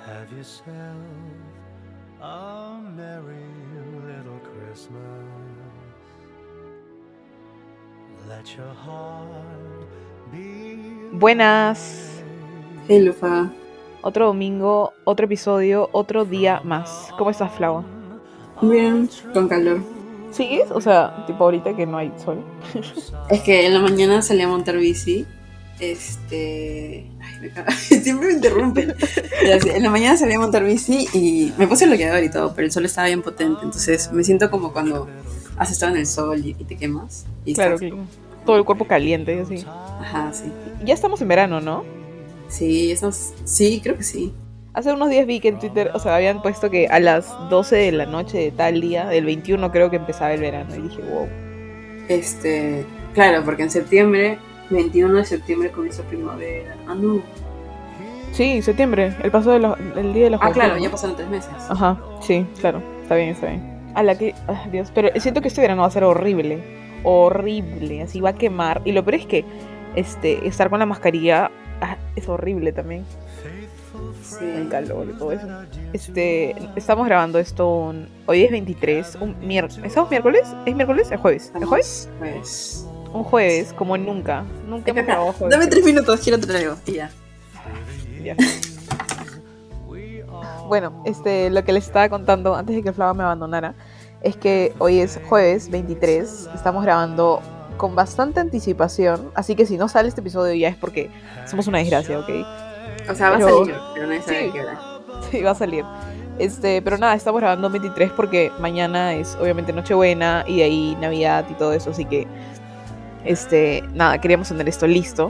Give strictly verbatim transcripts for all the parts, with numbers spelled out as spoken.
Have yourself a merry little Christmas. Let your heart be. Buenas. Hey, Lufa. Otro domingo, otro episodio, otro día más. ¿Cómo estás, Flava? Bien, con calor. ¿Sigues? O sea, tipo ahorita que no hay sol. Es que en la mañana salí a montar bici. Este... Ay, me cago. Siempre me interrumpen. Ya, sí, en la mañana salí a montar bici y me puse bloqueador y todo, pero el sol estaba bien potente. Entonces me siento como cuando has estado en el sol y, y te quemas. Y Claro, estás... que todo el cuerpo caliente y así. Ajá, sí. Ya estamos en verano, ¿no? Sí, estamos... sí, creo que sí. Hace unos días vi que en Twitter, o sea, habían puesto que a las doce de la noche de tal día, del veintiuno creo que empezaba el verano. Y dije, wow. Este... Claro, porque en septiembre, veintiuno de septiembre comienza primavera. Ah, no. Sí, septiembre, el paso de los, el día de los Ah, juegos, claro, ¿no? ya pasaron tres meses. Ajá, sí, claro, está bien, está bien. A la que, ah, Dios, pero siento que este verano va a ser horrible, horrible, así va a quemar. Y lo peor es que este, estar con la mascarilla ah, es horrible también, Sí. el calor y todo eso. Este, estamos grabando esto un, hoy es veintitrés, un miércoles, ¿estamos miércoles? ¿Es miércoles? ¿Es jueves? ¿Es jueves? Pues... Un jueves, como nunca, nunca hemos Espera, grabado jueves. dame tres minutos, quiero traer algo. Y ya. Ya. Bueno, este, lo que les estaba contando antes de que Flava me abandonara es que hoy es jueves veintitrés, estamos grabando con bastante anticipación, así que si no sale este episodio ya es porque somos una desgracia, ¿ok? O sea, va Pero- a salir, pero nadie sabe sí. qué hora. Sí, va a salir. Este, pero nada, estamos grabando veintitrés porque mañana es obviamente Nochebuena y de ahí Navidad y todo eso, así que este, nada, queríamos tener esto listo.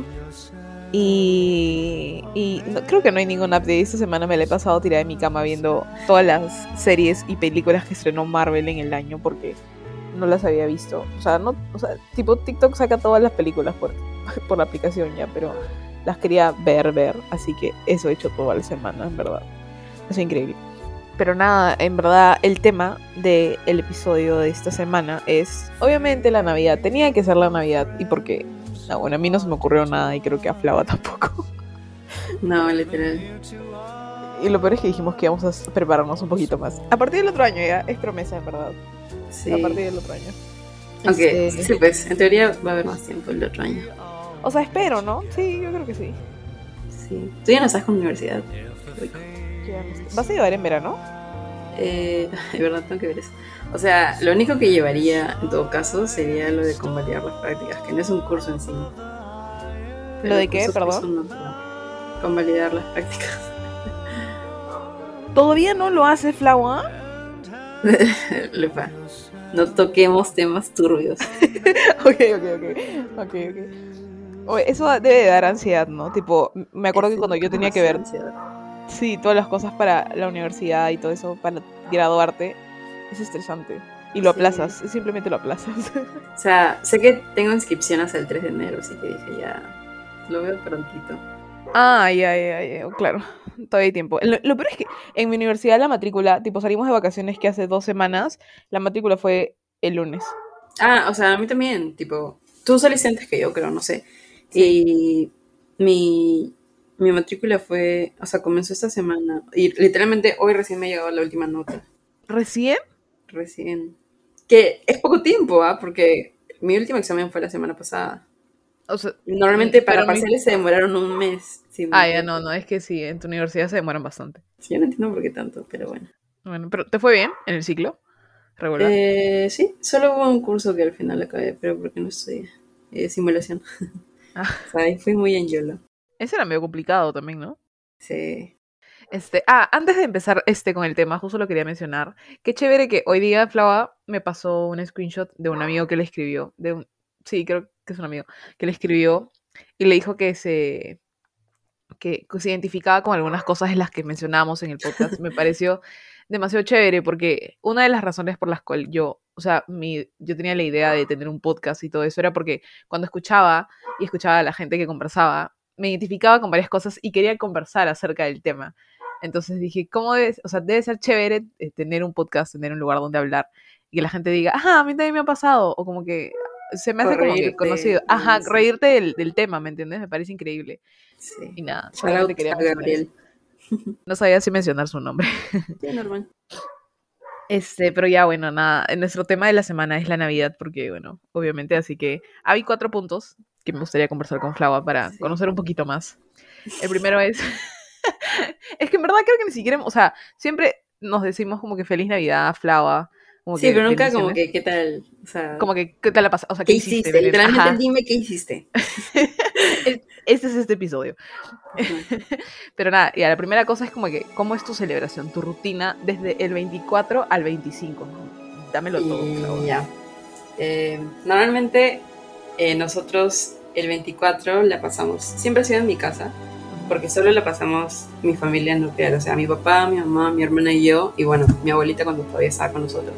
Y, y no, creo que no hay ningún update. Esta semana me la he pasado tirada en mi cama viendo todas las series y películas que estrenó Marvel en el año porque no las había visto. O sea, no, o sea, tipo TikTok saca todas las películas por, por la aplicación ya, pero las quería ver, ver. Así que eso he hecho toda la semana, en verdad. Es increíble. Pero nada, en verdad el tema del episodio de esta semana es obviamente la Navidad. Tenía que ser la Navidad y porque, no, bueno, a mí no se me ocurrió nada y creo que a Flava tampoco. No, literal. Y lo peor es que dijimos que íbamos a prepararnos un poquito más. A partir del otro año ya, es promesa en verdad. Sí. A partir del otro año. Aunque, Este, sí, pues, en teoría va a haber más tiempo el otro año. O sea, espero, ¿no? Sí, yo creo que sí. Sí. ¿Tú ya no estás con universidad? Rico. Ya no sé. ¿Vas a llevar en verano? Eh, de verdad, tengo que ver eso. O sea, lo único que llevaría, en todo caso, sería lo de convalidar las prácticas, que no es un curso en sí. Pero ¿Lo de qué? curso, Perdón. curso no, no. Convalidar las prácticas. ¿Todavía no lo hace Flava? Lupa, no toquemos temas turbios. Ok, ok, ok. Ok, ok. Oye, eso debe de dar ansiedad, ¿no? Tipo, me acuerdo que Es cuando yo tenía que ver, ansiedad. sí, todas las cosas para la universidad y todo eso, para graduarte, es estresante. Y lo Sí. aplazas, simplemente lo aplazas. O sea, sé que tengo inscripción hasta el tres de enero, así que dije ya, lo veo prontito. Ah, ya, ya, ya, claro. Todavía hay tiempo. Lo, lo peor es que en mi universidad la matrícula, tipo, salimos de vacaciones que hace dos semanas, la matrícula fue el lunes. Ah, o sea, a mí también, tipo, tú saliste antes que yo, creo, no sé. Sí. Y mi, mi matrícula fue, o sea, comenzó esta semana. Y literalmente hoy recién me ha llegado la última nota. ¿Recién? Recién. Que es poco tiempo, ¿ah? Porque mi último examen fue la semana pasada. O sea, Normalmente para pero mi- parciales se demoraron un mes. Sí, Ah, ya, no, no, es que sí, en tu universidad se demoran bastante. Sí, yo no entiendo por qué tanto, pero bueno. Bueno, pero ¿te fue bien en el ciclo? ¿Regular? Eh, sí, solo hubo un curso que al final acabé, pero porque no estudié. Eh, simulación. Ah, O sea, ahí fui muy en YOLO. ese era medio complicado también, ¿no? Sí. Este, ah, antes de empezar este con el tema, justo lo quería mencionar. Qué chévere que hoy día Flava me pasó un screenshot de un amigo que le escribió, de un, sí, creo que es un amigo, que le escribió y le dijo que se, que se identificaba con algunas cosas en las que mencionábamos en el podcast. Me pareció demasiado chévere porque una de las razones por las cuales yo, o sea, mi, yo tenía la idea de tener un podcast y todo eso era porque cuando escuchaba y escuchaba a la gente que conversaba, me identificaba con varias cosas y quería conversar acerca del tema. Entonces dije, ¿cómo debe, o sea, debe ser chévere eh, tener un podcast, tener un lugar donde hablar y que la gente diga, ajá, a mí también me ha pasado, o como que se me hace como que Reírte, conocido, ajá, sí. reírte del, del tema, ¿me entiendes? Me parece increíble. Sí. Y nada, Shout solamente out quería a mencionar eso. Gabriel. No sabía si mencionar su nombre. Sí, normal. Este, pero ya, bueno, nada. Nuestro tema de la semana es la Navidad, porque, bueno, obviamente, así que hay cuatro puntos que me gustaría conversar con Flava para Sí. conocer un poquito más. El primero es. Es que en verdad creo que ni siquiera. O sea, siempre nos decimos como que feliz Navidad, Flava. Como Sí, que pero nunca como bendiciones. que, ¿qué tal? O sea, Como que, ¿qué te la pasa? O sea, ¿qué ¿qué hiciste, hiciste? Belén? Literalmente Ajá. dime qué hiciste. Es- Este es este episodio. Ajá. Pero nada, ya, la primera cosa es como que, ¿cómo es tu celebración, tu rutina desde el veinticuatro al veinticinco? Dámelo todo, Y Flava. ya. Eh, normalmente eh, nosotros el veinticuatro la pasamos, siempre ha sido en mi casa, porque solo la pasamos mi familia nuclear, o sea, mi papá, mi mamá, mi hermana y yo, y bueno, mi abuelita cuando todavía estaba con nosotros.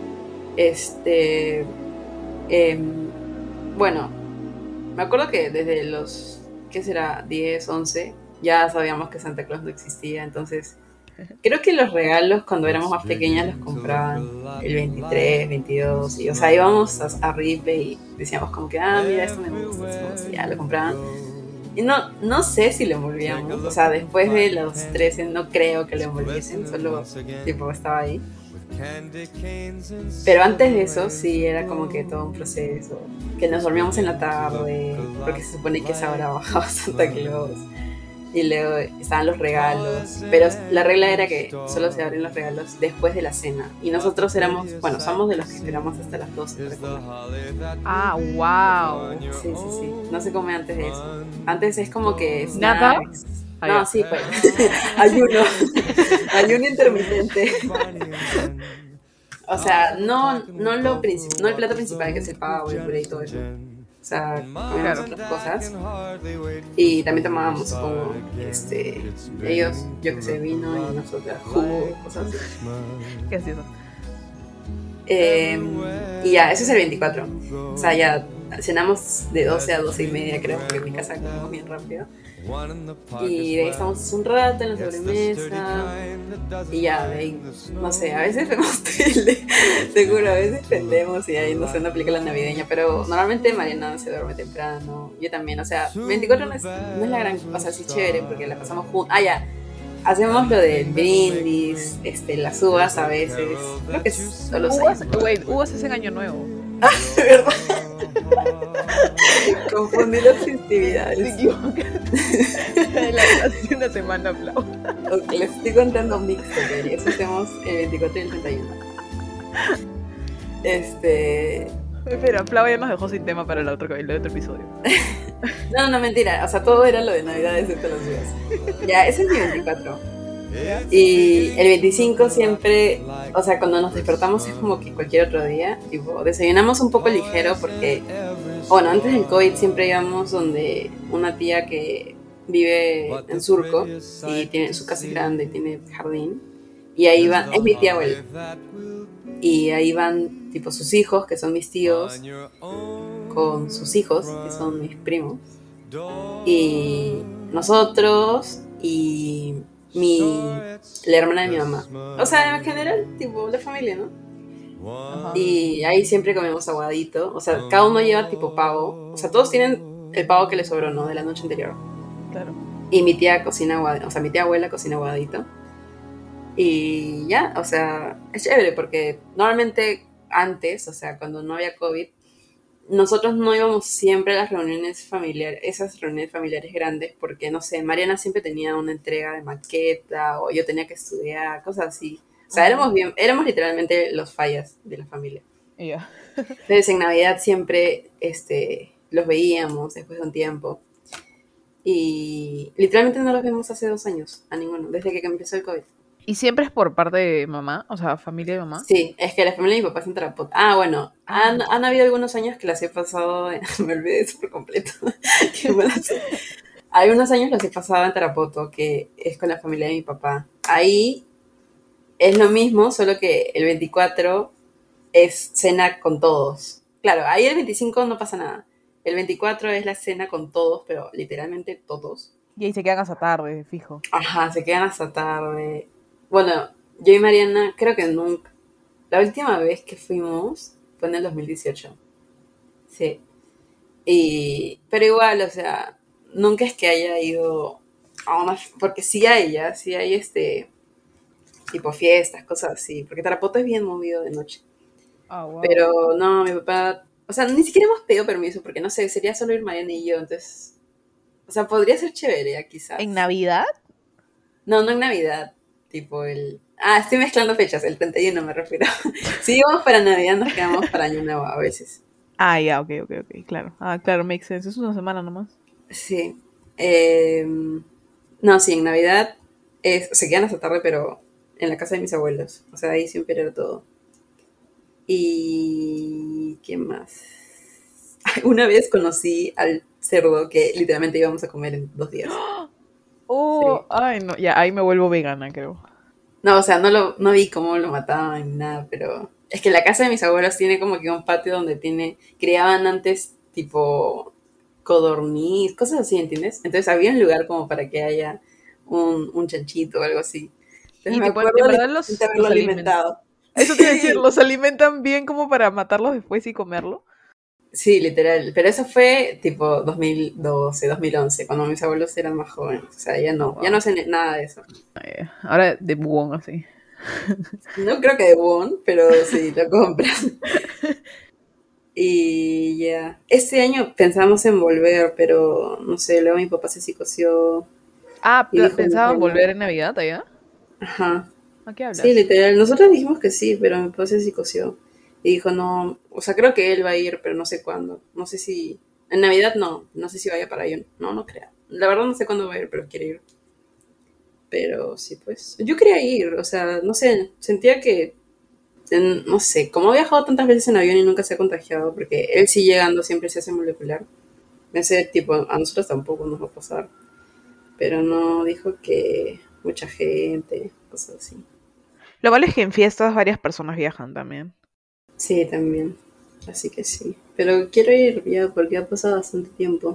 Este, eh, bueno, me acuerdo que desde los, ¿qué será? diez, once, ya sabíamos que Santa Claus no existía, entonces creo que los regalos cuando éramos más pequeñas los compraban el veintitrés, veintidós, y o sea, íbamos a, a Ripley y decíamos como que, ah, mira, esto me gusta, esto me gusta, y ya lo compraban. Y no, no sé si lo envolvíamos, o sea, después de los trece no creo que lo envolviesen, solo tipo estaba ahí. Pero antes de eso sí era como que todo un proceso, que nos dormíamos en la tarde, porque se supone que esa hora bajaba Santa Claus. Y luego estaban los regalos, pero la regla era que solo se abren los regalos después de la cena. Y nosotros éramos, bueno, somos de los que esperamos hasta las doce para comer. Ah, wow. Sí, sí, sí. No se come antes de eso. Antes es como que ¿Nada? snacks. Ah, No, ya. sí, pues. Ayuno. Ayuno intermitente. O sea, no, no, lo princip- no el plato principal que es el pavo, el puré y todo eso. O sea, comíamos Claro. otras cosas. Y también tomábamos, supongo, este, ellos, yo que sé, vino y nosotros jugo, cosas así. ¿Qué es eso? Eh, y ya, eso es el veinticuatro. O sea, ya cenamos de doce a doce y media, creo, porque en mi casa comemos bien rápido. Y de ahí estamos un rato en la sobremesa. Y ya, de ahí, no sé, a veces vemos tele, seguro, a veces tendemos y ahí no sé, no aplica la navideña. Pero normalmente Mariana se duerme temprano, yo también, o sea, veinticuatro no es, no es la gran cosa, así chévere, porque la pasamos juntos. Ah, ya. Hacemos lo del brindis, este, las uvas a veces. Creo que es solo Uvas, seis. wait, uvas es en Año Nuevo. De verdad. Confundí las festividades. Te equivocaste. La hace una semana, Flau. Ok, les estoy contando mixto, que eso hacemos el veinticuatro y el treinta y uno. Este. Espera, Flau ya nos dejó sin tema para el otro, el otro episodio. No, no, mentira. O sea, todo era lo de Navidad excepto los días. Ya, ese es mi veinticuatro. Y el veinticinco siempre, o sea, cuando nos despertamos es como que cualquier otro día, tipo, desayunamos un poco ligero porque, bueno, antes del COVID siempre íbamos donde una tía que vive en Surco y tiene, su casa es grande, tiene jardín, y ahí van, es mi tía abuela, y ahí van, tipo, sus hijos, que son mis tíos, con sus hijos, que son mis primos, y nosotros, y mi, la hermana de mi mamá. O sea, en general, tipo, la familia, ¿no? Ajá. Y ahí siempre comemos aguadito. O sea, cada uno lleva tipo pavo. O sea, todos tienen el pavo que les sobró, ¿no? De la noche anterior. Claro. Y mi tía cocina aguadito. O sea, mi tía abuela cocina aguadito. Y ya, o sea, es chévere porque normalmente antes, o sea, cuando no había COVID, nosotros no íbamos siempre a las reuniones familiares, esas reuniones familiares grandes, porque, no sé, Mariana siempre tenía una entrega de maqueta, o yo tenía que estudiar, cosas así. O sea, éramos bien, éramos literalmente los fallas de la familia. Y ya. Entonces, en Navidad siempre este, los veíamos después de un tiempo. Y literalmente no los vemos hace dos años, a ninguno, desde que empezó el COVID. ¿Y siempre es por parte de mamá? O sea, familia de mamá. Sí, es que la familia de mi papá es en Tarapoto. Ah, bueno, han, han habido algunos años que las he pasado, me olvidé eso por completo. Qué mala suerte. Hay unos años los he pasado en Tarapoto, que es con la familia de mi papá. Ahí es lo mismo, solo que el veinticuatro es cena con todos. Claro, ahí el veinticinco no pasa nada. El veinticuatro es la cena con todos, pero literalmente todos. Y ahí se quedan hasta tarde, fijo. Ajá, se quedan hasta tarde. Bueno, yo y Mariana creo que nunca... La última vez que fuimos fue en el dos mil dieciocho. Sí. Y... Pero igual, o sea, nunca es que haya ido Oh, no, porque sí hay ya, sí hay este, tipo fiestas, cosas así, porque Tarapoto es bien movido de noche. Ah, wow. Pero no, mi papá, o sea, ni siquiera hemos pedido permiso, porque no sé, sería solo ir Mariana y yo, entonces, o sea, podría ser chévere ya, ¿En quizás. Navidad? No, no en Navidad, tipo el... Ah, estoy mezclando fechas, el treinta y uno me refiero. Si íbamos para Navidad, nos quedamos para Año Nuevo a veces. Ah, ya, ok, ok, ok, claro. Ah, claro, makes sense. Es una semana nomás. Sí. Eh, no, sí, en Navidad es, se quedan hasta tarde, pero en la casa de mis abuelos. O sea, ahí siempre era todo. Y... ¿Quién más? Una vez conocí al cerdo que literalmente íbamos a comer en dos días. Oh, Sí. ay, no, ya, ahí me vuelvo vegana, creo. No, o sea, no lo, no vi cómo lo mataban ni nada, pero es que la casa de mis abuelos tiene como que un patio donde tiene, criaban antes tipo codorniz, cosas así, ¿entiendes? Entonces había un lugar como para que haya un, un chanchito o algo así. Entonces Y me tipo, en, en acuerdo verdad literalmente los, haberlo los alimentan. alimentado. Eso te iba a decir, Sí, los alimentan bien como para matarlos después y comerlo. sí, literal. Pero eso fue tipo dos mil doce, dos mil once, cuando mis abuelos eran más jóvenes. O sea, ya Oh, no, ya no wow. hacen nada de eso. Eh, ahora de bugón así. No creo que de Won, pero sí, lo compran. Y ya, este año pensamos en volver, pero no sé, luego mi papá se psicoció Ah, y pla- dijo pensaban mejor no. volver en Navidad allá. Ajá, ¿A qué sí, hablas? literal. Nosotros dijimos que sí, pero mi papá se psicoció y dijo no, o sea, creo que él va a ir, pero no sé cuándo. No sé si, en Navidad no, no sé si vaya para allá. No, no creo. La verdad no sé cuándo va a ir, pero quiere ir. Pero sí, pues, yo quería ir, o sea, no sé, sentía que, en- no sé, como ha viajado tantas veces en avión y nunca se ha contagiado, porque él sí llegando siempre se hace molecular. Ese tipo, a nosotros tampoco nos va a pasar. Pero no dijo que mucha gente, cosas así. Lo malo es que en fiestas varias personas viajan también. Sí, también. Así que sí. Pero quiero ir ya porque ha pasado bastante tiempo.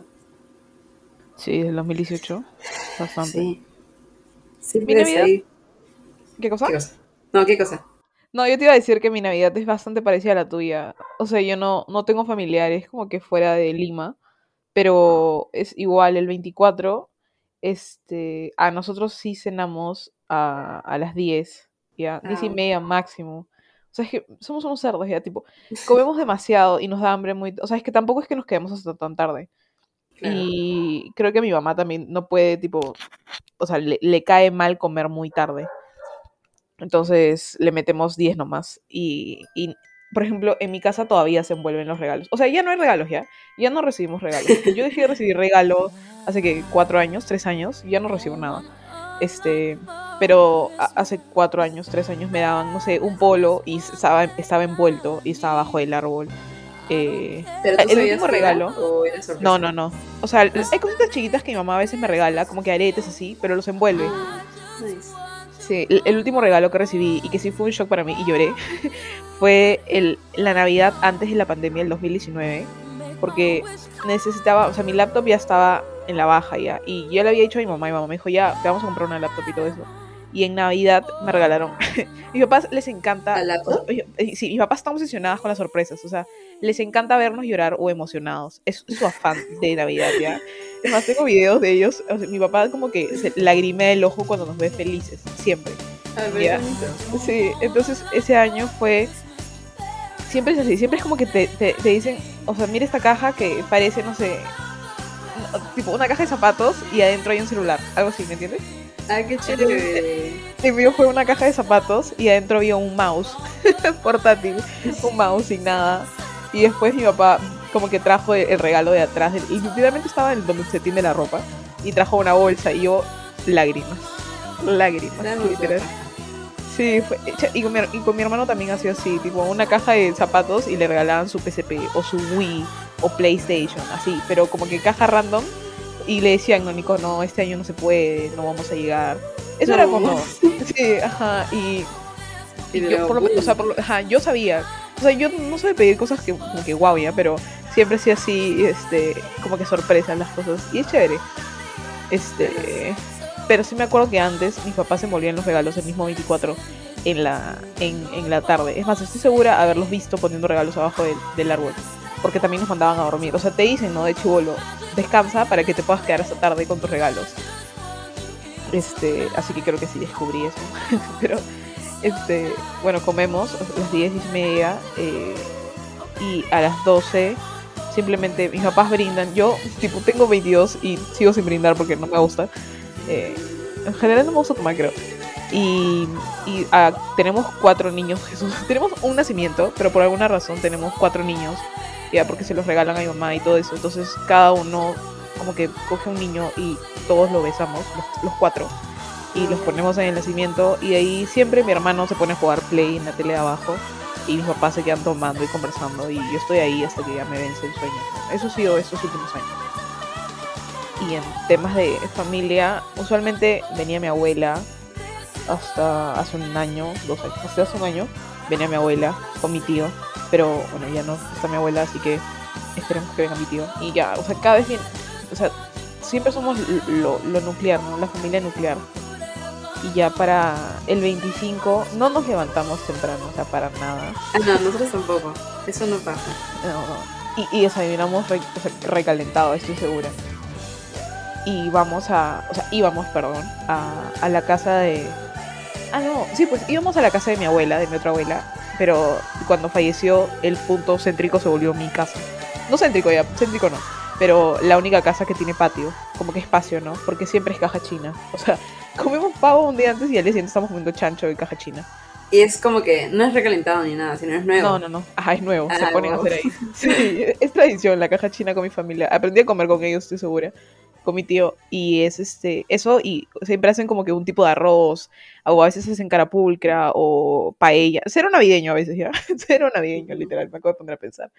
Sí, del dos mil dieciocho. Bastante. Sí. Sí, Mi puedes Navidad, ir. ¿qué cosa? ¿Qué cosa? No, ¿qué cosa? No, yo te iba a decir que mi Navidad es bastante parecida a la tuya. O sea, yo no, no tengo familiares como que fuera de Lima, pero es igual el veinticuatro. Este, a nosotros sí cenamos a, a las diez, ya, diez y Ah, media máximo. O sea, es que somos unos cerdos, ya, tipo, comemos demasiado y nos da hambre muy... O sea, es que tampoco es que nos quedemos hasta tan tarde. claro. Y creo que mi mamá también no puede, tipo, o sea, le, le cae mal comer muy tarde. Entonces le metemos diez nomás. Y, y, por ejemplo, en mi casa todavía se envuelven los regalos. O sea, ya no hay regalos, ya. Ya no recibimos regalos. Yo dejé de recibir regalo hace que cuatro años, tres años. Ya no recibo nada. Este, pero a- hace cuatro años, tres años me daban, no sé, un polo y estaba, estaba envuelto y estaba bajo el árbol. Eh, ¿Pero tú el sabías último qué era regalo, o era no, sorpresa? no, no. O sea, Ah, hay cositas chiquitas que mi mamá a veces me regala, como que aretes así, pero los envuelve. ah, nice. Sí, el, el último regalo que recibí y que sí fue un shock para mí y lloré fue el, la Navidad antes de la pandemia, el dos mil diecinueve, porque necesitaba, o sea, mi laptop ya estaba en la baja ya, y yo le había dicho a mi mamá, y mi mamá me dijo, ya, te vamos a comprar una laptop y todo eso. Y en Navidad me regalaron. Mis papás les encanta, ¿Al o sea, laptop? eh, sí, mis papás están obsesionadas con las sorpresas, o sea, les encanta vernos llorar o emocionados. Es su afán de Navidad, ¿ya? Es más, tengo videos de ellos, o sea, mi papá como que se lagrimea el ojo cuando nos ve felices, siempre. Ah, pero qué ¿Ya? bonito. Sí, entonces ese año fue, siempre es así, siempre es como que te, te, te dicen, o sea, mira esta caja que parece, no sé, no, tipo una caja de zapatos y adentro hay un celular, algo así, ¿me entiendes? Ah, qué Entonces, chévere. el mío fue una caja de zapatos y adentro había un mouse portátil, un mouse sin nada. Y después mi papá como que trajo el, el regalo de atrás, del- y literalmente estaba en donde se tiende la ropa, y trajo una bolsa y yo, lágrimas, lágrimas, Era muy literal. guapa. Sí, fue, cha- y, con mi, y con mi hermano también ha sido así, tipo una caja de zapatos y le regalaban su P S P o su Wii o PlayStation, así, pero como que caja random y le decían, no, Nico, no, este año no se puede, no vamos a llegar. Eso era No. cuando, sí, ajá, y, Y y de yo, la por lo, o sea, Wii. por lo- ajá, yo sabía, o sea, yo no soy de pedir cosas que, como que guau, ya, pero siempre hacía así, este, como que sorpresas las cosas, y es chévere. Este, pero sí me acuerdo que antes mis papás se envolvían los regalos el mismo veinticuatro en la, en, en la tarde. Es más, estoy segura de haberlos visto poniendo regalos abajo del, del árbol. Porque también nos mandaban a dormir. O sea, te dicen, ¿no? De chivolo, descansa para que te puedas quedar hasta tarde con tus regalos. Este, así que creo que sí descubrí eso. Pero, este, bueno, comemos a las diez, diez y media eh, y a las doce simplemente mis papás brindan. Yo, tipo, tengo veintidós y sigo sin brindar porque no me gusta. Eh, en general no me gusta tomar, creo. Y, y ah, tenemos cuatro niños, Jesús. Tenemos un nacimiento, pero por alguna razón tenemos cuatro niños. Ya, porque se los regalan a mi mamá y todo eso. Entonces cada uno como que coge un niño y todos lo besamos, los, los cuatro. Y los ponemos en el nacimiento. Y de ahí siempre mi hermano se pone a jugar Play en la tele de abajo. Y mis papás se quedan tomando y conversando. Y yo estoy ahí hasta que ya me vence el sueño. Eso ha sido estos últimos años. Y en temas de familia, usualmente venía mi abuela hasta hace un año, dos años, hasta hace un año, venía mi abuela con mi tío, pero bueno, ya no está mi abuela, así que esperemos que venga mi tío. Y ya, o sea, cada vez bien, o sea, siempre somos lo, lo nuclear, ¿no? La familia nuclear. Y ya para el veinticinco no nos levantamos temprano, o sea, para nada. Ah, no, nosotros tampoco, eso no pasa. No, no. Y, y desayunamos re, o sea, recalentado, estoy segura. Y vamos a, o sea, íbamos, perdón, a, a la casa de... Ah, no, sí, pues íbamos a la casa de mi abuela, de mi otra abuela, pero cuando falleció el punto céntrico se volvió mi casa. No céntrico ya, céntrico no, pero la única casa que tiene patio, como que espacio, ¿no? Porque siempre es caja china. O sea, comemos pavo un día antes y al día siguiente estamos comiendo chancho de caja china. Y es como que no es recalentado ni nada, sino es nuevo. No, no, no. Ajá, es nuevo. Ah, se ponen wow. a hacer ahí. Sí, es tradición la caja china con mi familia. Aprendí a comer con ellos, estoy segura. Con mi tío. Y es este eso. Y siempre hacen como que un tipo de arroz. O a veces hacen carapulcra o paella. Cero navideño a veces, ¿ya? Cero navideño, literal. Me acabo de poner a pensar.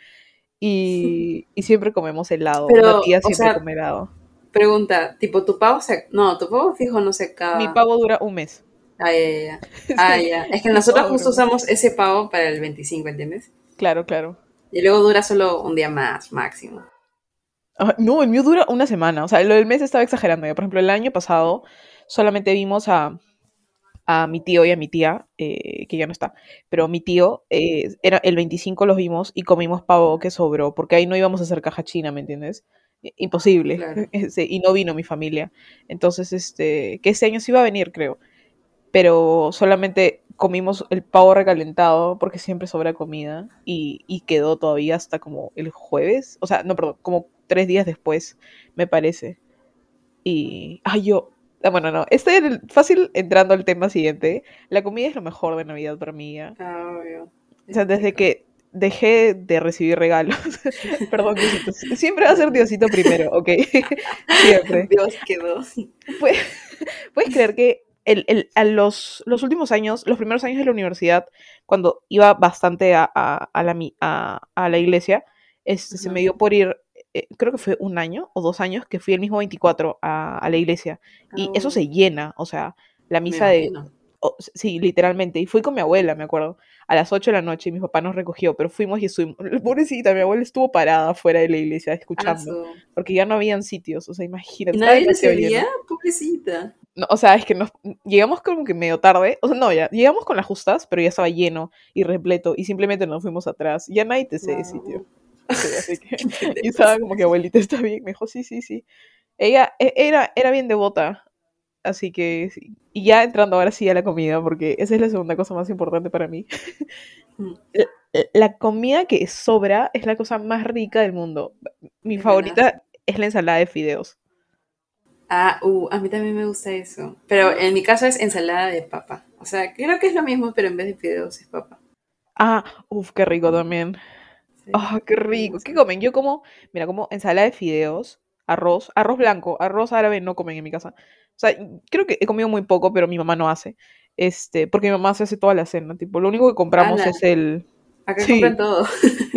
Y, y siempre comemos helado. Pero, Una tía o siempre sea, come helado. pregunta, tipo, ¿tu pavo se... No, tu pavo fijo no se acaba. Mi pavo dura un mes. Ah, ya, ya, ya. Ah, Sí, ya. Es que mi nosotros pavo justo dura un mes. usamos ese pavo para el veinticinco, ¿entiendes? Claro, claro. Y luego dura solo un día más, máximo. Ah, no, el mío dura una semana. O sea, lo del mes estaba exagerando. Yo, por ejemplo, el año pasado solamente vimos a, a mi tío y a mi tía, eh, que ya no está. Pero mi tío, eh, era el veinticinco los vimos y comimos pavo que sobró, porque ahí no íbamos a hacer caja china, ¿me entiendes? I- Imposible. Claro. Este, y no vino mi familia. Entonces, este, que ese año sí iba a venir, creo. Pero solamente comimos el pavo recalentado porque siempre sobra comida y, y quedó todavía hasta como el jueves, o sea, no, perdón, como tres días después, me parece. Y, ay, yo, ah, bueno, no, estoy en el- fácil entrando al tema siguiente. La comida es lo mejor de Navidad para mí, ¿ya? Ah, obvio. O sea, Es desde rico. que dejé de recibir regalos, perdón, Diosito, siempre va a ser Diosito primero, ¿ok? Siempre. Dios quedó. Puedes, puedes creer que el, el- a los, los últimos años, los primeros años de la universidad, cuando iba bastante a, a- a la, mi- a- a la iglesia, este, se me Ajá. dio por ir, eh, creo que fue un año o dos años, que fui el mismo veinticuatro a, a la iglesia. Y eso Oh, se llena, o sea, la me misa de... imagino. o- sí, literalmente. Y fui con mi abuela, me acuerdo, a las ocho de la noche y mi papá nos recogió, pero fuimos y estuvimos... Pobrecita, mi abuela estuvo parada afuera de la iglesia Ah, escuchando, su- porque ya no habían sitios, o sea, ¿Y imagínate, estaba nadie le demasiado cedía? lleno. Pobrecita. No, o sea, es que nos llegamos como que medio tarde. O sea, no, ya, llegamos con las justas, pero ya estaba lleno y repleto. Y simplemente nos fuimos atrás. Ya nadie te cede sitio. Wow. Sí, así que Qué yo pendejos. estaba como que abuelita está bien. Me dijo, sí, sí, sí. Ella e- era, era bien devota. Así que sí. Y ya entrando ahora sí a la comida, porque esa es la segunda cosa más importante para mí. Mm, La, la comida que sobra es la cosa más rica del mundo. Mi es verdad. favorita es la ensalada de fideos. Ah, uh, a mí también me gusta eso. Pero en mi caso es ensalada de papa. O sea, creo que es lo mismo, pero en vez de fideos es papa. Ah, uff, qué rico también. Sí, Ah, qué me rico. ¿Qué gusta. comen? Yo como, mira, como ensalada de fideos, arroz, arroz blanco, arroz árabe no comen en mi casa. O sea, creo que he comido muy poco, pero mi mamá no hace. Este, porque mi mamá se hace toda la cena. Tipo, lo único que compramos Ala, es el. acá compran Sí, todo.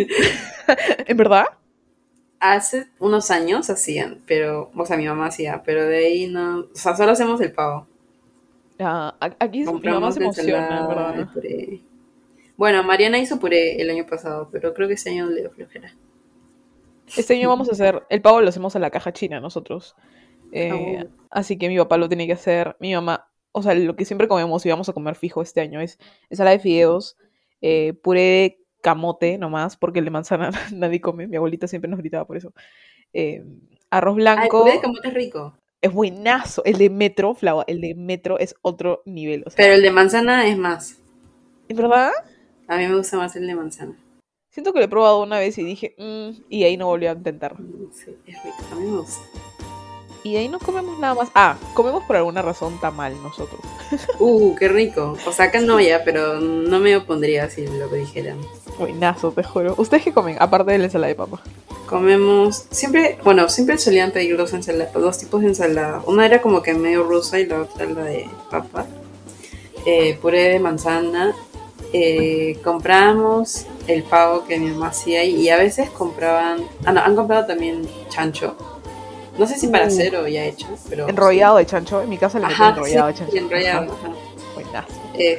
¿en verdad? Hace unos años hacían, pero, o sea, mi mamá hacía, pero de ahí no, o sea, solo hacemos el pavo. Ah, a- aquí mi mamá Compramos se la emociona, en ensalada, el verdad. puré. Bueno, Mariana hizo puré el año pasado, pero creo que este año le dio flojera. Este año vamos a hacer, el pavo lo hacemos a la caja china nosotros. Ah, Eh, uh, así que mi papá lo tiene que hacer, mi mamá, o sea, lo que siempre comemos y vamos a comer fijo este año es ensalada de fideos, eh, puré de camote nomás, porque el de manzana nadie come, mi abuelita siempre nos gritaba por eso. Eh, arroz ah, el puré de blanco, camote es rico. Es buenazo. El de Metro, Flava, el de Metro es otro nivel. O sea, Pero el de manzana es más. ¿en verdad? A mí me gusta más el de manzana. Siento que lo he probado una vez y dije, "Mm", y ahí no volví a intentar. Sí, es rico. A mí me gusta. Y de ahí no comemos nada más. Ah, comemos por alguna razón tamal nosotros. Uh, qué rico. O sea, acá no ya, pero no me opondría si lo que dijeran. Buenazo, te juro. ¿Ustedes qué comen? Aparte de la ensalada de papa. Comemos, siempre, bueno, siempre solían pedir dos ensaladas, dos tipos de ensalada. Una era como que medio rusa y la otra la de papa. Eh, puré de manzana. Eh, compramos el pavo que mi mamá hacía y a veces compraban, ah no, han comprado también chancho. No sé si para Uh. hacer o ya hecho, pero Enrollado de chancho. En mi casa le meten ajá, enrollado de sí, chancho. enrollado, Ajá. ajá. Buenazo.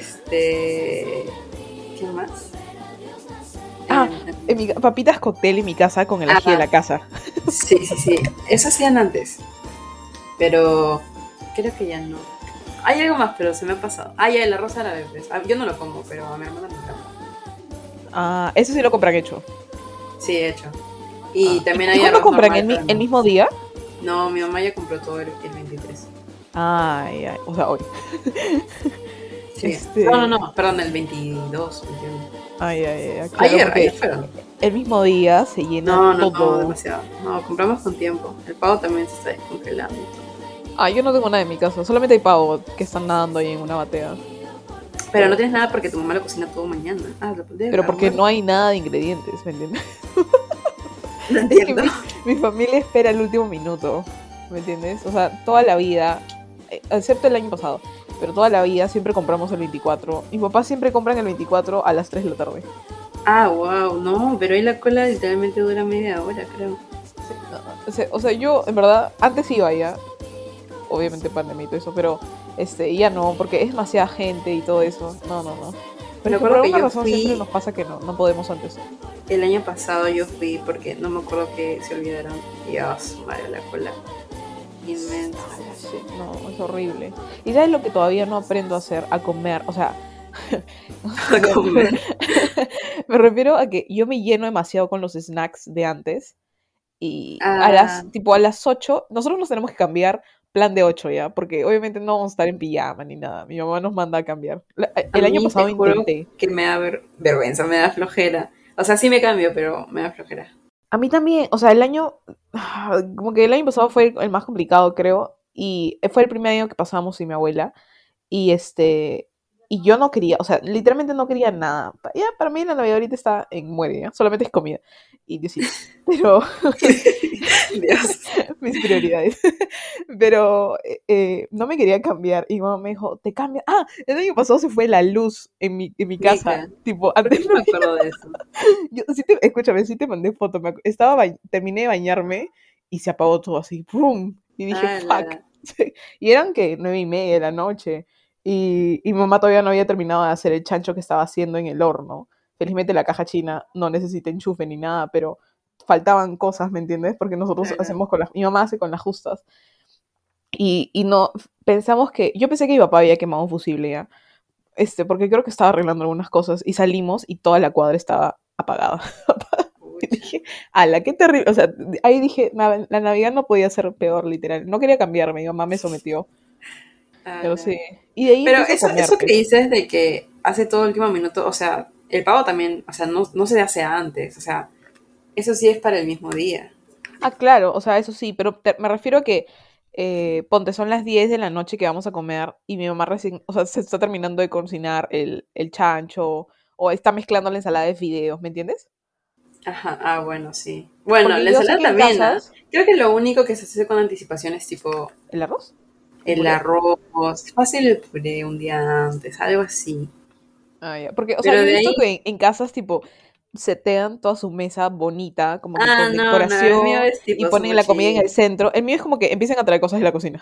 Este, ¿qué más? Ah, Eh, en mi, papitas cóctel en mi casa con el ají Ajá. de la casa. sí, sí, sí. Eso hacían antes, pero creo que ya no. Hay algo más, pero se me ha pasado. Ah, ya, el arroz árabe, pues. Ah, yo no lo como, pero a mi hermana me encanta. Ah, eso sí lo compran hecho. Sí, he hecho. Y Ah, también ¿y hay cuándo arroz compran? normal, ¿El, mi- pero el no. mismo día? No, mi mamá ya compró todo el, el veintitrés. Ay, ay, o sea, hoy. Sí. Este- No, no, no, perdón, el veintidós, veintiuno. Ay, ay, ay. Claro, Ayer, porque ayer fueron. el mismo día se llena No, no, todo. no, demasiado. No, compramos con tiempo. El pavo también se está descongelando. y todo. Ah, yo no tengo nada en mi casa. Solamente hay pavo que están nadando ahí en una batea. Pero no tienes nada porque tu mamá lo cocina todo mañana. Ah, lo debe Pero porque grabar. no hay nada de ingredientes, ¿me entiendes? No Es que entiendo. mi, mi familia espera el último minuto, ¿me entiendes? O sea, toda la vida, eh, excepto el año pasado, pero toda la vida siempre compramos el veinticuatro. Mis papás siempre compran el veinticuatro a las tres de la tarde. Ah, wow, no, pero ahí la cola literalmente dura media hora, creo. Sí, no, no, o sea, o sea, yo, en verdad, antes iba ya, obviamente pandemia y todo eso, pero este, ya no, porque es demasiada gente y todo eso. No, no, no. Pero es que por acuerdo que alguna yo razón fui- siempre nos pasa que no, no podemos antes. El año pasado yo fui porque no me acuerdo que se olvidaron. Y a su madre la cola. Inmensa. Sí, no, es horrible. Y sabes lo que todavía no aprendo a hacer, a comer, o sea, A comer. me refiero a que yo me lleno demasiado con los snacks de antes y a Ah. las, tipo a las ocho, nosotros nos tenemos que cambiar plan de ocho ya, porque obviamente no vamos a estar en pijama ni nada, mi mamá nos manda a cambiar. La- El A año mí, pasado te juro intenté. que me da ver- vergüenza, me da flojera. O sea, sí me cambio, pero me da flojera. A mí también, o sea, el año, como que el año pasado fue el más complicado, creo, y fue el primer año que pasamos sin mi abuela, y este, y yo no quería, o sea, literalmente no quería nada. Pa- Ya, para mí la Navidad ahorita está en muere, ¿ya? Solamente es comida, y Diosito, pero Dios. mis prioridades, pero eh, eh, no me quería cambiar, y mi mamá me dijo, te cambia, ah, el año pasado se fue la luz en mi, en mi casa, Mica. tipo, ¿Por qué antes no me acuerdo de eso? yo, sí te, escúchame, sí te mandé foto. Me, acu- estaba ba- terminé de bañarme y se apagó todo así. ¡Pum! Y dije, Ah, fuck. la- Sí. Y eran que nueve y media de la noche. Y, y mi mamá todavía no había terminado de hacer el chancho que estaba haciendo en el horno. Felizmente la caja china no necesita enchufe ni nada, pero faltaban cosas, ¿me entiendes? Porque nosotros Claro. hacemos con las... Mi mamá hace con las justas. Y, y no... Pensamos que... Yo pensé que mi papá había quemado un fusible ya. Este, porque creo que estaba arreglando algunas cosas. Y salimos y toda la cuadra estaba apagada. Y dije, ala, qué terrible. O sea, ahí dije, "Na- la Navidad no podía ser peor, literal. No quería cambiarme, mi mamá me sometió. Ah, Pero la- sí. Y de ahí Pero empiezo eso, a comer, eso que pues. dices de que hace todo el último minuto, o sea, el pavo también, o sea, no, no se hace antes, o sea, eso sí es para el mismo día. Ah, claro, o sea, eso sí, pero te- me refiero a que, eh, ponte, son las diez de la noche que vamos a comer y mi mamá recién, o sea, se está terminando de cocinar el, el chancho o está mezclando la ensalada de fideos, ¿me entiendes? Ajá, ah, bueno, sí. Bueno, Porque la yo sé ensalada que en también, ¿ah? casas, Creo que lo único que se hace con anticipación es tipo ¿el arroz? ¿El el puré? arroz, fácil el puré un día antes, algo así. Ah, ya. Porque, o sea, Pero yo he de visto ahí, que en, en casas, tipo, setean toda su mesa bonita, como que ah, con no, no, el mío decoración, es y tipo ponen súper la comida en el chill. centro. El mío es como que empiezan a traer cosas de la cocina.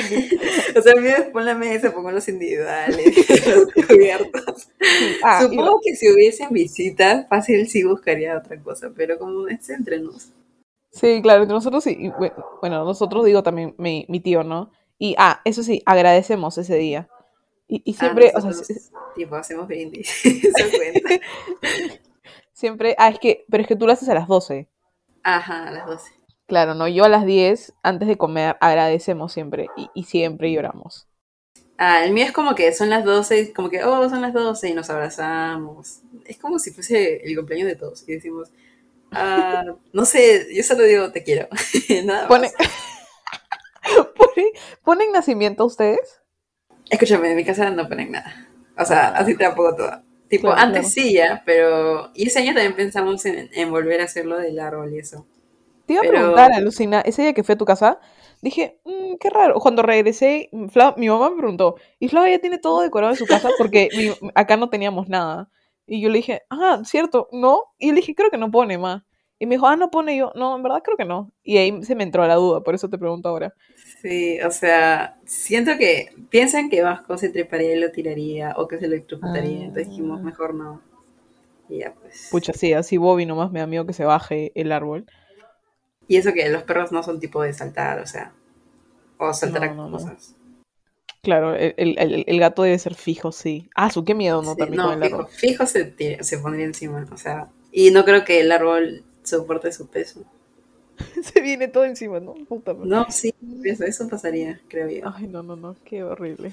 O sea, el mío es pon la mesa, pongo los individuales, los cubiertos. Sí. Ah, y Supongo que si hubiesen visitas, fácil sí buscaría otra cosa, pero como es entre nos. sí, claro, entre nosotros sí. y bue- Bueno, nosotros digo también mi, mi tío, ¿no? Y, ah, eso sí, agradecemos ese día. Y, y Ah, siempre, o sea, nosotros, s- tipo, hacemos brindis. Eso cuenta. siempre, ah, es que, pero es que tú lo haces a las doce. Ajá, a las doce. Claro, no, yo a las diez, antes de comer, agradecemos siempre y, y siempre lloramos. Ah, el mío es como que son las doce, como que, oh, son las doce y nos abrazamos. Es como si fuese el cumpleaños de todos y decimos, ah, no sé, yo solo digo te quiero. Nada ¿Pone, más. ¿Ponen, ¿Ponen nacimiento ustedes? Escúchame, en mi casa no ponen nada. O sea, Ah, así tampoco todo. Tipo, claro, antes claro. sí ya, pero... Y ese año también pensamos en, en volver a hacerlo del árbol y eso. Te iba a preguntar, Pero, Alucina, ese día que fui a tu casa, dije, "Mm, qué raro. Cuando regresé, mm, Fla- mi mamá me preguntó, ¿y Flava ya tiene todo decorado en su casa? Porque mi- acá no teníamos nada. Y yo le dije, ah, cierto, ¿no? Y le dije, creo que no pone más. Y me dijo, ah, no pone. Y yo, no, en verdad creo que no. Y ahí se me entró la duda, por eso te pregunto ahora. sí, o sea, siento que piensan que Vasco se treparía y lo tiraría o que se lo electrocutaría. Entonces dijimos, Ah, mejor no. Y ya, pues. pucha, sí, así Bobby nomás me da miedo que se baje el árbol. Y eso que los perros no son tipo de saltar, o sea, o saltar No, a no, no. cosas. Claro, el, el- el- el gato debe ser fijo, sí. Ah, su qué miedo, ¿no? Sí, También con no, el fijo, árbol. fijo se, tira- se pondría encima, o sea, y no creo que el árbol soporte su peso. Se viene todo encima, ¿no? Puta madre. No, sí, eso, eso pasaría, creo yo. Ay, no, no, no, qué horrible.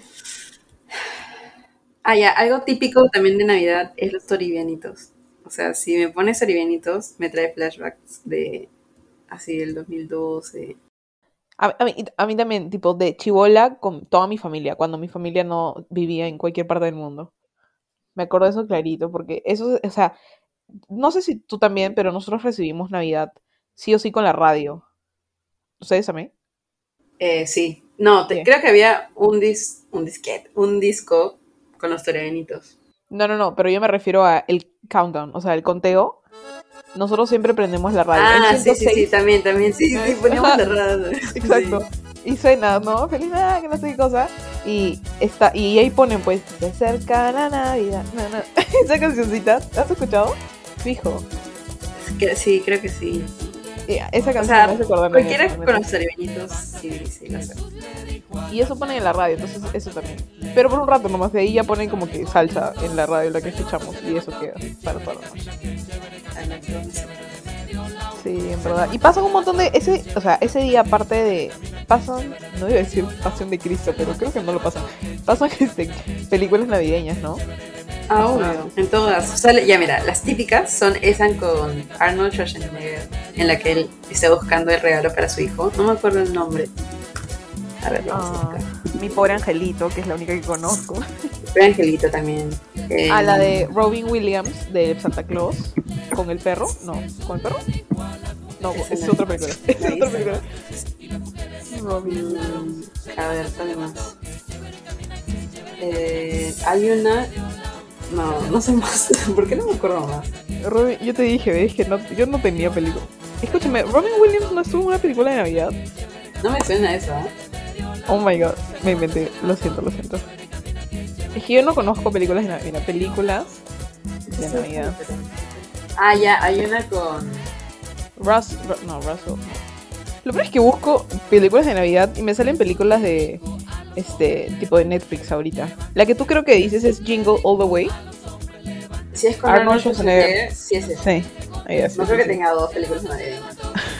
Ah, ya, algo típico también de Navidad es los toribianitos. O sea, si me pones toribianitos, me trae flashbacks de así del dos mil doce. A, a mí, a mí también, tipo, de chibola con toda mi familia, cuando mi familia no vivía en cualquier parte del mundo. Me acuerdo de eso clarito, porque eso, o sea, no sé si tú también, pero nosotros recibimos Navidad sí o sí con la radio. ¿Ustedes también? Eh, sí, no, te- Sí. creo que había un dis, un disquete, un disco con los toribianitos. No, no, no, pero yo me refiero a el countdown, o sea, el conteo. Nosotros siempre prendemos la radio. En Ah, sí, sí, sí, ciento seis, también, también, sí, sí, poníamos ajá, la radio. exacto. Sí. Y suena, ¿no? Feliz Navidad, que no sé qué cosa. Y está, y ahí ponen, pues, de cerca la Navidad. No, no. Esa cancioncita, ¿la has escuchado? Fijo. Que- sí, creo que sí. Y esa O canción sea, me hace acordar cualquiera Navidad, con los totalmente. toribianitos, sí, sí, lo sé. Y eso ponen en la radio, entonces eso también. Pero por un rato nomás, de ahí ya ponen como que salsa en la radio, la que escuchamos. Y eso queda para toda la noche. Ah, no, pero no sé. Sí, en verdad. Y pasan un montón de... ese O sea, ese día aparte de... Pasan... No iba a decir Pasión de Cristo, pero creo que no lo pasan. Pasan este, películas navideñas, ¿no? Ah, obvio, en todas. Sale, ya mira, las típicas son esa con Arnold Schwarzenegger, en la que él está buscando el regalo para su hijo. No me acuerdo el nombre. A ver, vamos a Ah, buscar. Mi pobre angelito, que es la única que conozco. Pero Angelito también. Eh, A la de Robin Williams, de Santa Claus, con el perro. No, ¿con el perro? No, Esa es no. otra película. Es No, otra esa película. Robin. mm, a ver, ¿cuál más? Eh, hay una... No, no sé más. ¿Por qué no me acuerdo más? Robin, yo te dije, ves que no, yo no tenía película. Escúchame, Robin Williams no estuvo en una película de Navidad. No me suena eso, ¿eh? Oh my god, me inventé, lo siento, lo siento. Es que yo no conozco películas de Navidad, películas de Navidad. Ah, ya, hay una con... Russ, Ru- no, Russell. no. Lo peor es que busco películas de Navidad y me salen películas de este tipo de Netflix ahorita. La que tú creo que dices es Jingle All the Way. Si es con Arnold Arnold Schwarzenegger. Schwarzenegger, sí es esa. Sí, ahí es. No sí, creo que sí. tenga dos películas navideñas.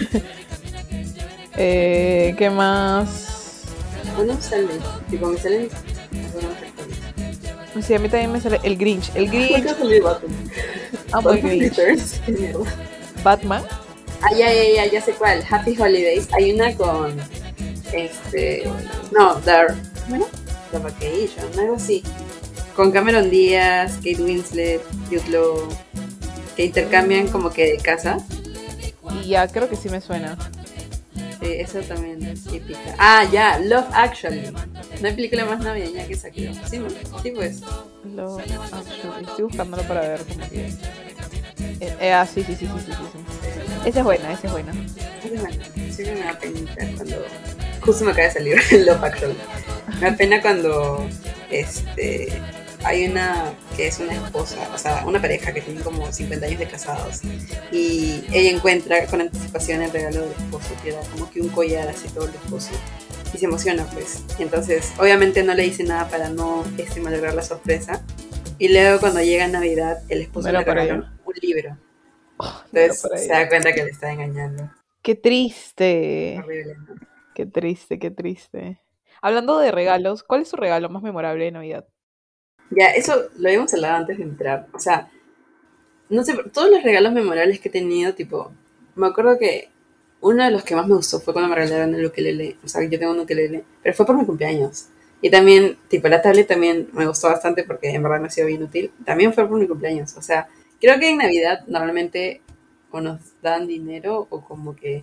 Eh, ¿Qué más? Uno sale, tipo me salen algunos actores. Sí, a mí también me sale el Grinch. El ¿Por qué Grinch. salió Batman? Amo el Batman Grinch. Returns, qué mierda. Batman. Ah, ya, ya, ya, ya sé cuál. Happy Holidays. Hay una con. Este. No, The. ¿Cómo era? The Vacation, algo así. Con Cameron Díaz, Kate Winslet, Jude Law. Que intercambian como que de casa. Y ya, creo que sí me suena. Sí, eso también es típica. Ah, ya, Love Actually. No hay película más navideña que esa, creo. Sí, ¿no? Sí, pues. Love Actually. Estoy buscándolo para ver como que. Eh, eh, ah, sí, sí, sí, sí, sí, sí, sí. Esa es buena, esa es buena. Sí, bueno, siempre me da penita cuando. Justo me acaba de salir Love Actually. Me da pena cuando. Este. Hay una que es una esposa, o sea, una pareja que tiene como cincuenta años de casados y ella encuentra con anticipación el regalo del esposo, que era como que un collar así todo el esposo y se emociona pues. Entonces, obviamente no le dice nada para no este, malograr la sorpresa y luego cuando llega Navidad el esposo Pero le para regala ella. un libro. Pero Entonces para se ella. da cuenta que le está engañando. Qué triste. Horrible, ¿no? Qué triste, qué triste. Hablando de regalos, ¿cuál es tu regalo más memorable de Navidad? Ya, eso lo habíamos hablado antes de entrar. O sea, no sé, todos los regalos memorables que he tenido, tipo, me acuerdo que uno de los que más me gustó fue cuando me regalaron el ukelele. O sea, yo tengo un ukelele, pero fue por mi cumpleaños. Y también, tipo, la tablet también me gustó bastante porque en verdad me ha sido bien útil. También fue por mi cumpleaños. O sea, creo que en Navidad normalmente o nos dan dinero o como que,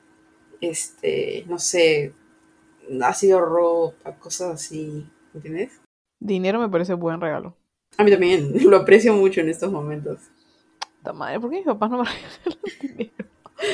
este, no sé, ha sido ropa, cosas así, ¿entiendes? Dinero me parece buen regalo. A mí también, lo aprecio mucho en estos momentos. Ta madre, ¿por qué mis papás no me regalan dinero?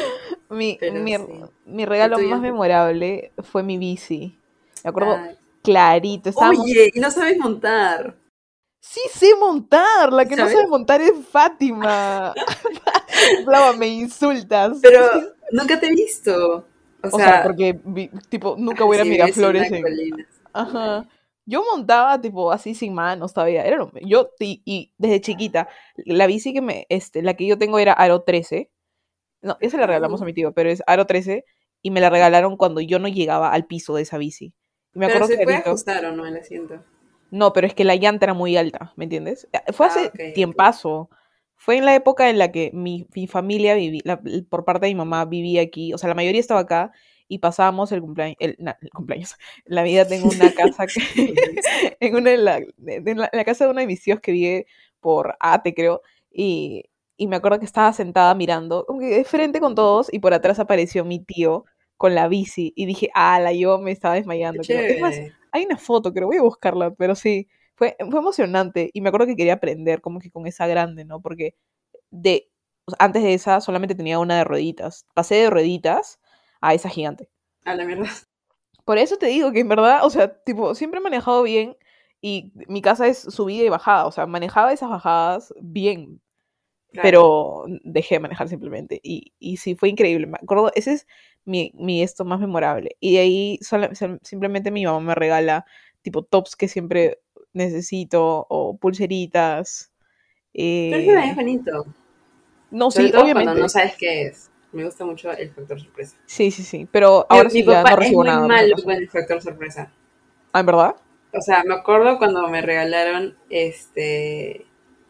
Mi, Pero mi, sí. mi ¿El regalo más tuyo? memorable fue mi bici. Me acuerdo Ay. clarito, estábamos... Oye, y no sabes montar, Sí sé montar, la que no ¿sabes? sabe montar es Fátima. Flava, me insultas. Pero Sí. nunca te he visto. O O sea, sea, porque, vi- tipo, nunca voy a ir a si vives en Miraflores una en... colina. Ajá. Yo montaba, tipo, así sin manos todavía. Era lo- yo, y, y desde chiquita, la bici que me, este, la que yo tengo era Aro trece. No, esa la regalamos a Ajá. mi tío, pero es Aro trece y me la regalaron cuando yo no llegaba al piso de esa bici. Y me Pero acuerdo se puede clarito. ajustar o no el asiento. No, pero es que la llanta era muy alta, ¿me entiendes? Eh, Fue Ah, hace ok, ok. tiempazo. Fue en la época en la que mi, mi familia vivía, por parte de mi mamá vivía aquí, o sea, la mayoría estaba acá y pasábamos el cumpleaños, el, na- el cumpleaños, la Navidad en una casa que, Cumpleaños. en una de la, de- de la, en la casa de uno de mis tíos que vive por Ate, creo, y, y me acuerdo que estaba sentada mirando, como que de frente con todos, y por atrás apareció mi tío con la bici, y dije, ala, yo me estaba Qué desmayando, creo. Es más, chévere. hay una foto, creo, voy a buscarla, pero sí, fue, fue emocionante, y me acuerdo que quería aprender como que con esa grande, ¿no? Porque de, o sea, antes de esa solamente tenía una de rueditas, pasé de rueditas a esa gigante. A la mierda. Por eso te digo que en verdad, o sea, tipo, siempre he manejado bien y mi casa es subida y bajada, o sea, manejaba esas bajadas bien, Claro. pero dejé de manejar simplemente. Y, y sí, fue increíble. Me acuerdo, ese es mi, mi esto más memorable. Y de ahí sola- sim- simplemente mi mamá me regala tipo tops que siempre necesito o pulseritas. Pero es que también eh, es bonito. No, Sobre sí, todo cuando no obviamente. sabes qué es. Me gusta mucho el factor sorpresa. Sí, sí, sí. Pero Mi, ahora mi sí ya papá no es recibo muy nada, por si malo acaso. con el factor sorpresa. Ah, ¿en verdad? O sea, me acuerdo cuando me regalaron este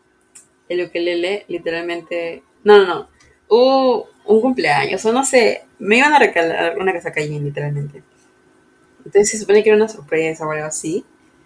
el ukelele, literalmente. No, no, no. Hubo un cumpleaños, o no sé. Me iban a regalar una casa calle, literalmente. Entonces se supone que era una sorpresa o algo así.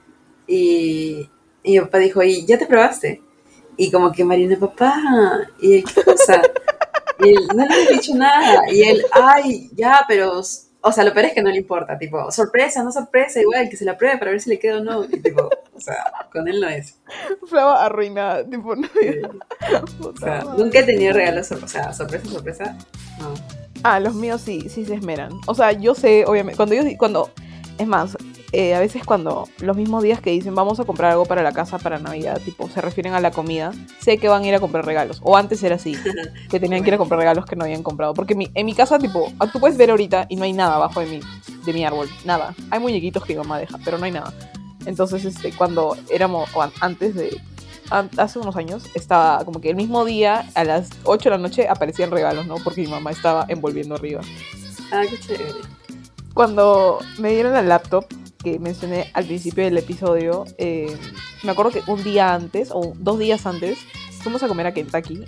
Y, y mi papá dijo, ¿y ya te probaste? Y como que Marina, papá, ¿y él qué cosa? Y él, no le has dicho nada. Y él, ay, ya, pero, o sea, lo peor es que no le importa, tipo, sorpresa, no sorpresa, igual, que se la pruebe para ver si le queda o no. Y tipo, o sea, con él no es. Flava arruinada, tipo, no Sí. O puta sea, madre. nunca he tenido regalos, sor- o sea, sorpresa, sorpresa, no. Ah, los míos sí, sí se esmeran. O sea, yo sé, obviamente, cuando yo, cuando, es más, eh, a veces cuando los mismos días que dicen vamos a comprar algo para la casa para Navidad, tipo, se refieren a la comida, sé que van a ir a comprar regalos. O antes era así, que Qué tenían que ir a bueno. comprar regalos que no habían comprado. Porque mi- en mi casa, tipo, ah, tú puedes ver ahorita y no hay nada abajo de mi, de mi árbol, nada. Hay muñequitos que mi mamá deja, pero no hay nada. Entonces, este, cuando éramos, o an- antes de, an- hace unos años, estaba como que el mismo día, a las ocho de la noche, aparecían regalos, ¿no? Porque mi mamá estaba envolviendo arriba. Ah, qué chévere. Cuando me dieron la laptop, que mencioné al principio del episodio, eh, me acuerdo que un día antes, o dos días antes, fuimos a comer a Kentucky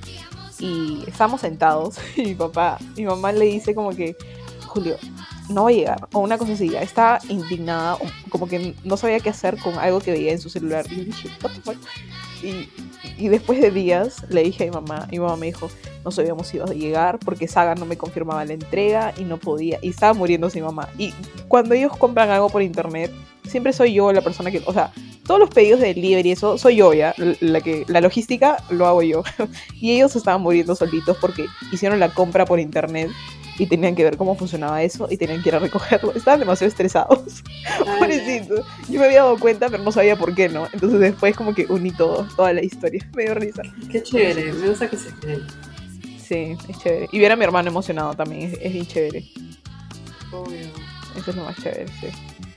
y estábamos sentados y mi papá, mi mamá le dice como que, Julio, no va a llegar, o una cosa así, ya estaba indignada, o como que no sabía qué hacer con algo que veía en su celular. Y yo dije, what the fuck? Y, y después de días le dije a mi mamá, y mi mamá me dijo, no sabíamos si iba a llegar porque Saga no me confirmaba la entrega y no podía, y estaba muriéndose mi mamá. Y cuando ellos compran algo por internet, siempre soy yo la persona que, o sea, todos los pedidos de delivery y eso, soy yo ya, la que la logística lo hago yo. Y ellos estaban muriendo solitos porque hicieron la compra por internet y tenían que ver cómo funcionaba eso y tenían que ir a recogerlo. Estaban demasiado estresados. Ah, Pobrecito. Yo me había dado cuenta, pero no sabía por qué, ¿no? Entonces después como que uní todo, toda la historia. Me dio risa. qué chévere, me gusta que se esperen. Sí, es chévere. Y ver a mi hermano emocionado también es, es bien chévere. Obvio. Eso es lo más chévere, sí.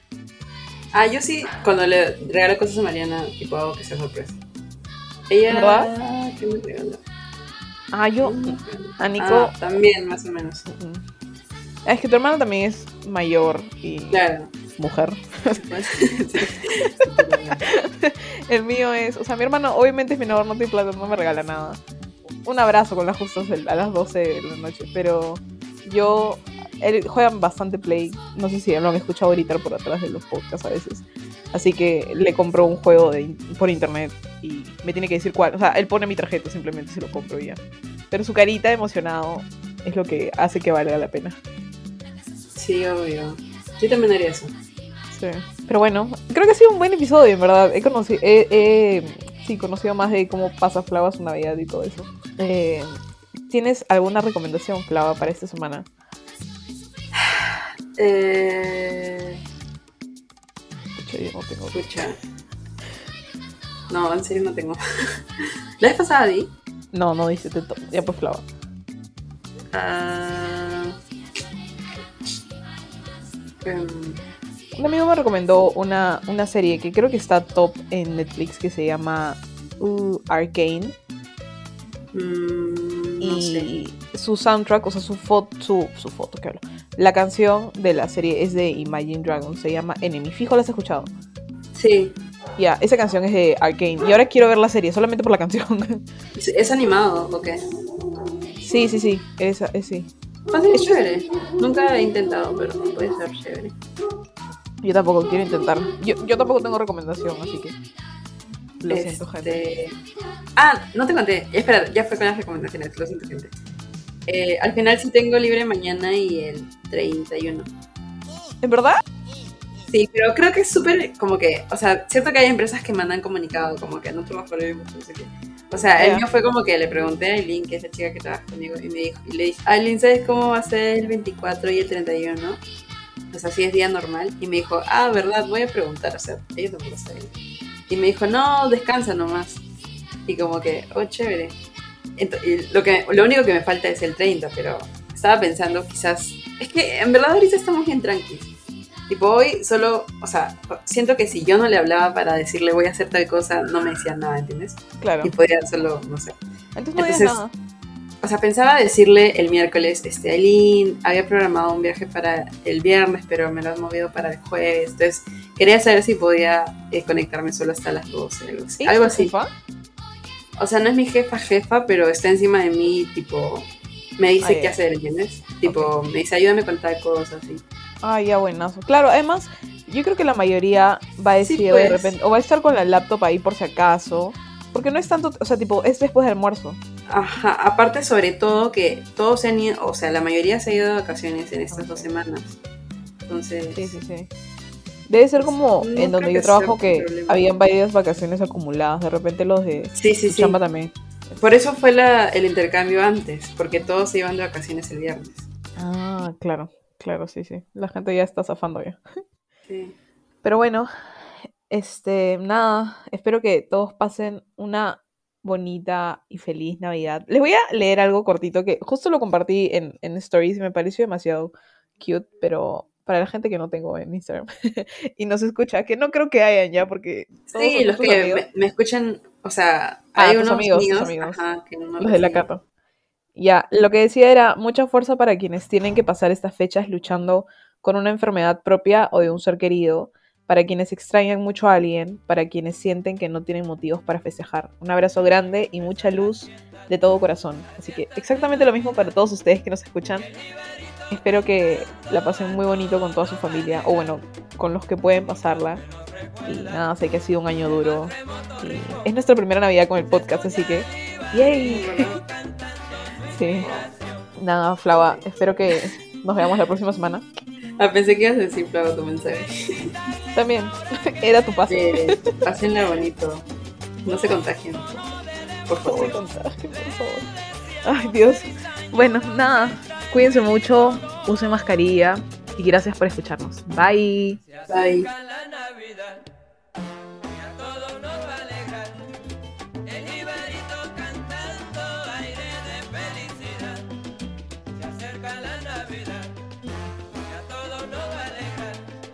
Ah, yo sí, cuando le regalo cosas a Mariana, tipo hago que sea sorpresa. Ella, ¿Verdad? ¿qué me regaló? Ah, yo, ¿Qué me regaló? a Nico, Ah, también, más o menos. mm, Ah, es que tu hermana también es mayor y Claro. mujer. Pues, sí. El mío es, o sea, mi hermano obviamente es menor, no tiene plata, no me regala nada. Un abrazo con las justas a las doce de la noche, pero yo, él juegan bastante Play, no sé si lo han escuchado gritar por atrás de los podcasts a veces, así que le compró un juego de, por internet y me tiene que decir cuál, o sea, él pone mi tarjeta, simplemente se lo compro y ya. Pero su carita de emocionado es lo que hace que valga la pena. Sí, obvio. Yo también haría eso. Sí. Pero bueno, creo que ha sido un buen episodio, en verdad. He conocido, he, he, sí, conocido más de cómo pasa Flava su Navidad y todo eso. Eh, ¿Tienes alguna recomendación, Flava, para esta semana? Eh... Pucha, yo no tengo. Escucha. No, en serio no tengo. La vez pasada di. No, no dice, te to- ya pues Flava. Ah, em, Un amigo me recomendó una, una serie que creo que está top en Netflix que se llama uh, Arcane. mm, no sé. Y su soundtrack, o sea, su foto, su, su foto, que hablo. La canción de la serie es de Imagine Dragons, se llama Enemy. Fijo, ¿la has escuchado? Sí. Ya, esa canción es de Arcane. Y ahora quiero ver la serie, solamente por la canción. ¿Es, es animado o qué? Sí, sí, sí, esa, es sí. Va a ser chévere. Nunca he intentado, pero puede ser chévere. Yo tampoco quiero intentar. Yo, yo tampoco tengo recomendación, así que lo siento, gente. Este... Ah, no te conté. Espera, ya fue con las recomendaciones. Lo siento, gente. Eh, al final sí tengo libre mañana y el treinta y uno. ¿En verdad? Sí, pero creo que es súper como que, o sea, cierto que hay empresas que mandan comunicado como que no trabajo libre, no sé qué. O sea, el Ya. mío fue como que le pregunté a Aileen, que es la chica que trabaja conmigo, y me dijo, y le dije, Aileen, ¿sabes cómo va a ser el veinticuatro y el treinta y uno? O sea, si es día normal. Y me dijo, ah, verdad, voy a preguntar, o sea, ellos tampoco saben. Y me dijo, no, descansa nomás. Y como que, oh, chévere. Ento- y lo, que, lo único que me falta es el treinta, pero estaba pensando quizás, es que en verdad ahorita estamos bien tranquilos. Tipo, hoy solo, o sea, siento que si yo no le hablaba para decirle voy a hacer tal cosa, no me decía nada, ¿entiendes? Claro. Y podía solo, no sé. Entonces no digas Entonces, nada. O sea, pensaba decirle el miércoles, este, Aileen, había programado un viaje para el viernes, pero me lo han movido para el jueves. Entonces, quería saber si podía eh, conectarme solo hasta las doce, algo así. ¿Y Algo tu así. jefa? O sea, no es mi jefa jefa, pero está encima de mí, tipo, me dice Ah, qué ya. hacer, ¿entiendes? Tipo, me dice, ayúdame con tal cosa, así. Ah, ya, buenazo. Claro, además, yo creo que la mayoría va a decir Sí, de pues. repente, o va a estar con la laptop ahí por si acaso, porque no es tanto, o sea, tipo, es después del almuerzo. Ajá, aparte sobre todo que todos se han ido, o sea, la mayoría se ha ido de vacaciones en estas Ok. dos semanas. Entonces, Sí, sí, sí. Debe ser como No en donde creo yo que trabajo sea un que problema. habían varias vacaciones acumuladas, de repente los de sí, sí, tu sí. chamba también. Por eso fue la, el intercambio antes, porque todos se iban de vacaciones el viernes. Ah, claro, claro, sí, sí. La gente ya está zafando ya. Sí. Pero bueno, este, nada, espero que todos pasen una bonita y feliz Navidad. Les voy a leer algo cortito que justo lo compartí en, en Stories y me pareció demasiado cute, pero para la gente que no tengo en Instagram y no se escucha, que no creo que hayan ya, porque todos Sí, son los tus que amigos. me, me escuchan, o sea, Ah, hay tus unos amigos, tus míos, amigos. ajá, que no Los de la reciben. capa. Ya, lo que decía era mucha fuerza para quienes tienen que pasar estas fechas luchando con una enfermedad propia o de un ser querido, para quienes extrañan mucho a alguien, para quienes sienten que no tienen motivos para festejar. Un abrazo grande y mucha luz de todo corazón. Así que exactamente lo mismo para todos ustedes que nos escuchan. Espero que la pasen muy bonito con toda su familia, o bueno, con los que pueden pasarla. Y nada, sé que ha sido un año duro. Y es nuestra primera Navidad con el podcast, así que ¡yay! Sí. Nada, Flava, espero que nos veamos la próxima semana. Ah, pensé que ibas a decir, Flava, tu mensaje. También, era tu paso. Eh, pásenla bonito. No se contagien. Por No favor. se contagien, por favor. Ay, Dios. Bueno, nada, cuídense mucho, usen mascarilla y gracias por escucharnos. Bye. Bye. La